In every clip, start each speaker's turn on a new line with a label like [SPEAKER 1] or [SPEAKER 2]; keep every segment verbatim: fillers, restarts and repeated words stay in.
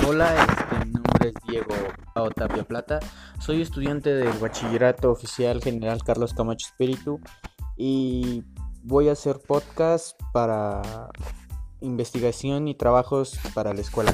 [SPEAKER 1] Hola, este, mi nombre es Diego Pao Tapia Plata. Soy estudiante del Bachillerato Oficial General Carlos Camacho Espíritu y voy a hacer podcast para investigación y trabajos para la escuela.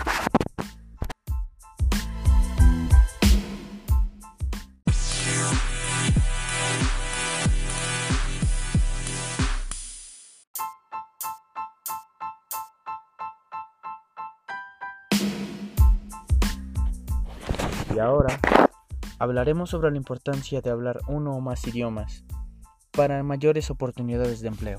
[SPEAKER 1] Y ahora hablaremos sobre la importancia de hablar uno o más idiomas para mayores oportunidades de empleo.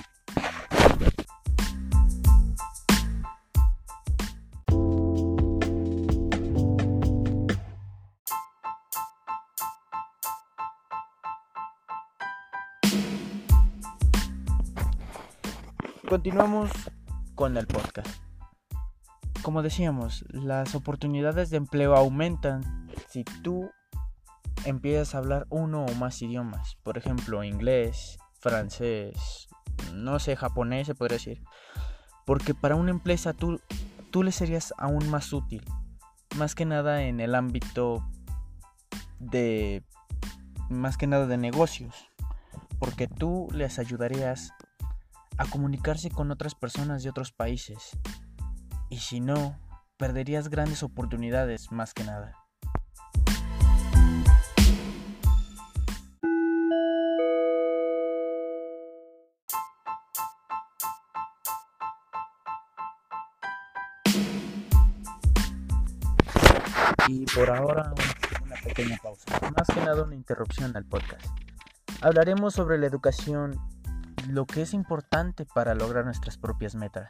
[SPEAKER 1] Continuamos con el podcast. Como decíamos, las oportunidades de empleo aumentan si tú empiezas a hablar uno o más idiomas. Por ejemplo, inglés, francés, no sé, japonés se podría decir. Porque para una empresa tú, tú le serías aún más útil. Más que nada en el ámbito de, más que nada de negocios. Porque tú les ayudarías a comunicarse con otras personas de otros países. Y si no, perderías grandes oportunidades más que nada. Y por ahora una pequeña pausa, más que nada una interrupción al podcast. Hablaremos sobre la educación, lo que es importante para lograr nuestras propias metas.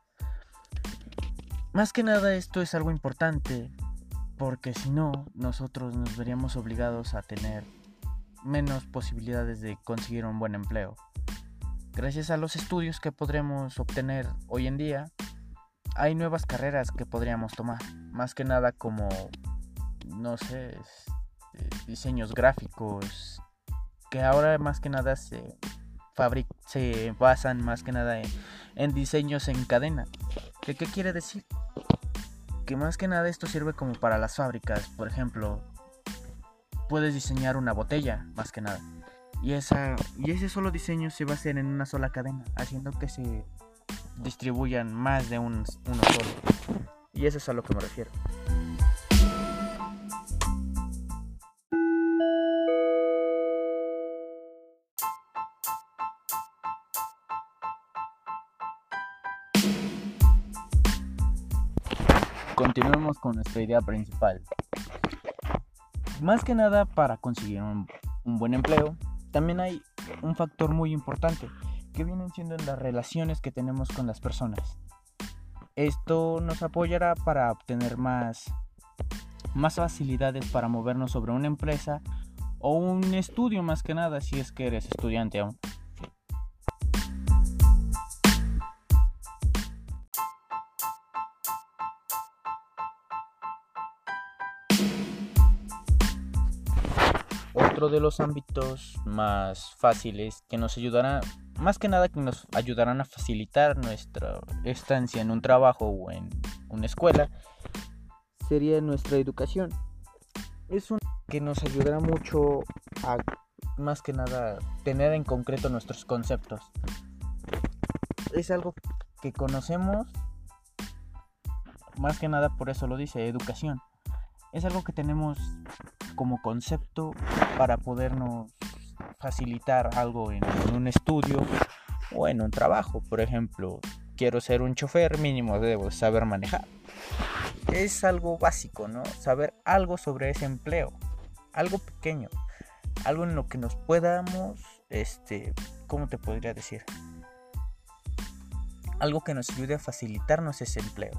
[SPEAKER 1] Más que nada esto es algo importante porque si no, nosotros nos veríamos obligados a tener menos posibilidades de conseguir un buen empleo. Gracias a los estudios que podremos obtener hoy en día, hay nuevas carreras que podríamos tomar, más que nada como, no sé, diseños gráficos, que ahora más que nada se, fabric- se basan más que nada en, en diseños en cadena. ¿De qué quiere decir? Que más que nada esto sirve como para las fábricas. Por ejemplo, puedes diseñar una botella, más que nada, y, esa, y ese solo diseño se va a hacer en una sola cadena, haciendo que se distribuyan más de un, uno solo. Y eso es a lo que me refiero. Continuemos con nuestra idea principal. Más que nada, para conseguir un, un buen empleo, también hay un factor muy importante, que vienen siendo las relaciones que tenemos con las personas. Esto nos apoyará para obtener más, más facilidades para movernos sobre una empresa o un estudio, más que nada si es que eres estudiante aún. Otro de los ámbitos más fáciles que nos ayudará, más que nada que nos ayudarán a facilitar nuestra estancia en un trabajo o en una escuela, sería nuestra educación. Es un que nos ayudará mucho a, más que nada, tener en concreto nuestros conceptos. Es algo que conocemos, más que nada por eso lo dice, educación. Es algo que tenemos como concepto para podernos facilitar algo en, en un estudio o en un trabajo. Por ejemplo, quiero ser un chofer, mínimo debo saber manejar. Es algo básico, ¿no? Saber algo sobre ese empleo, algo pequeño, algo en lo que nos podamos, este, ¿cómo te podría decir? Algo que nos ayude a facilitarnos ese empleo.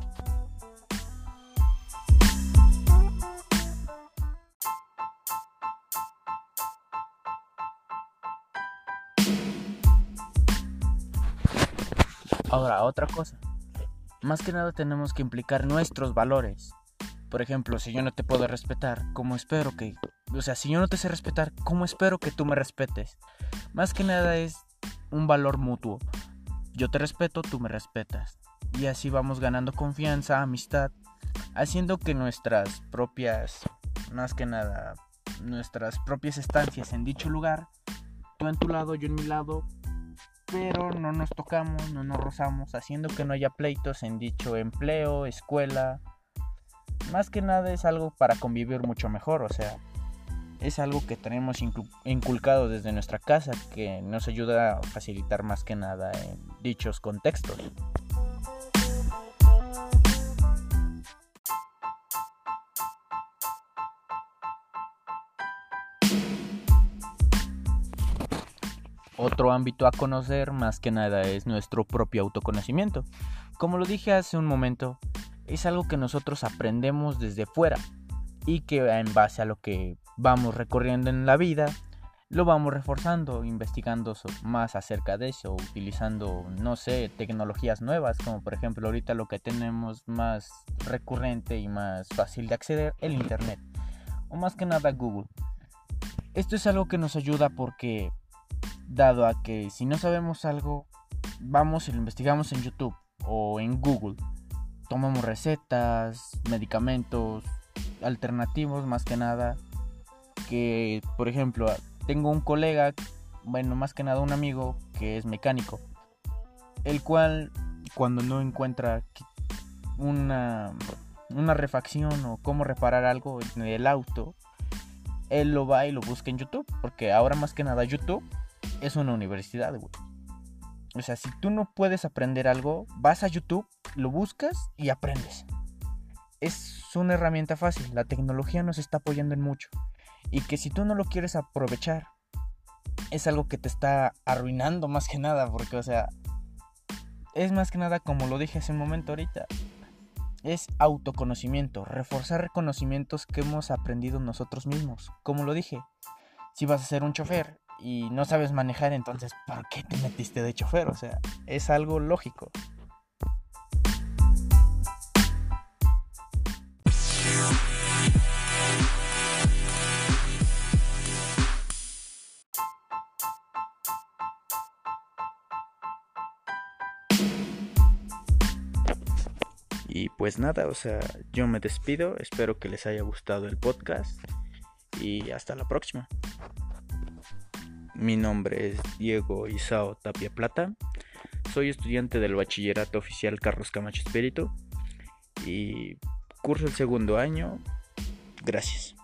[SPEAKER 1] Ahora, otra cosa. Más que nada tenemos que implicar nuestros valores. Por ejemplo, si yo no te puedo respetar, ¿cómo espero que... O sea, si yo no te sé respetar, ¿cómo espero que tú me respetes? Más que nada es un valor mutuo. Yo te respeto, tú me respetas. Y así vamos ganando confianza, amistad haciendo que nuestras propias, más que nada, nuestras propias estancias en dicho lugar, tú en tu lado, yo en mi lado, pero no nos tocamos, no nos rozamos, haciendo que no haya pleitos en dicho empleo, escuela. Más que nada es algo para convivir mucho mejor, o sea, es algo que tenemos inculcado desde nuestra casa, que nos ayuda a facilitar más que nada en dichos contextos. Otro ámbito a conocer más que nada es nuestro propio autoconocimiento. Como lo dije hace un momento, es algo que nosotros aprendemos desde fuera y que en base a lo que vamos recorriendo en la vida, lo vamos reforzando, investigando más acerca de eso, utilizando, no sé, tecnologías nuevas, como por ejemplo ahorita lo que tenemos más recurrente y más fácil de acceder, el internet, o más que nada Google. Esto es algo que nos ayuda porque, dado a que si no sabemos algo, vamos y lo investigamos en YouTube o en Google, tomamos recetas, medicamentos alternativos más que nada, que por ejemplo tengo un colega, bueno más que nada un amigo que es mecánico, el cual cuando no encuentra una, una refacción o cómo reparar algo en el auto, él lo va y lo busca en YouTube, porque ahora más que nada YouTube es una universidad, güey. O sea, si tú no puedes aprender algo, vas a YouTube, lo buscas y aprendes. Es una herramienta fácil, la tecnología nos está apoyando en mucho. Y que si tú no lo quieres aprovechar, es algo que te está arruinando más que nada, porque o sea, es más que nada como lo dije hace un momento ahorita. Es autoconocimiento, reforzar conocimientos que hemos aprendido nosotros mismos. Como lo dije, si vas a ser un chofer y no sabes manejar, entonces ¿por qué te metiste de chofer? O sea, es algo lógico. Y pues nada, o sea, yo me despido, espero que les haya gustado el podcast y hasta la próxima. Mi nombre es Diego Isao Tapia Plata, soy estudiante del Bachillerato Oficial Carlos Camacho Espíritu y curso el segundo año. Gracias.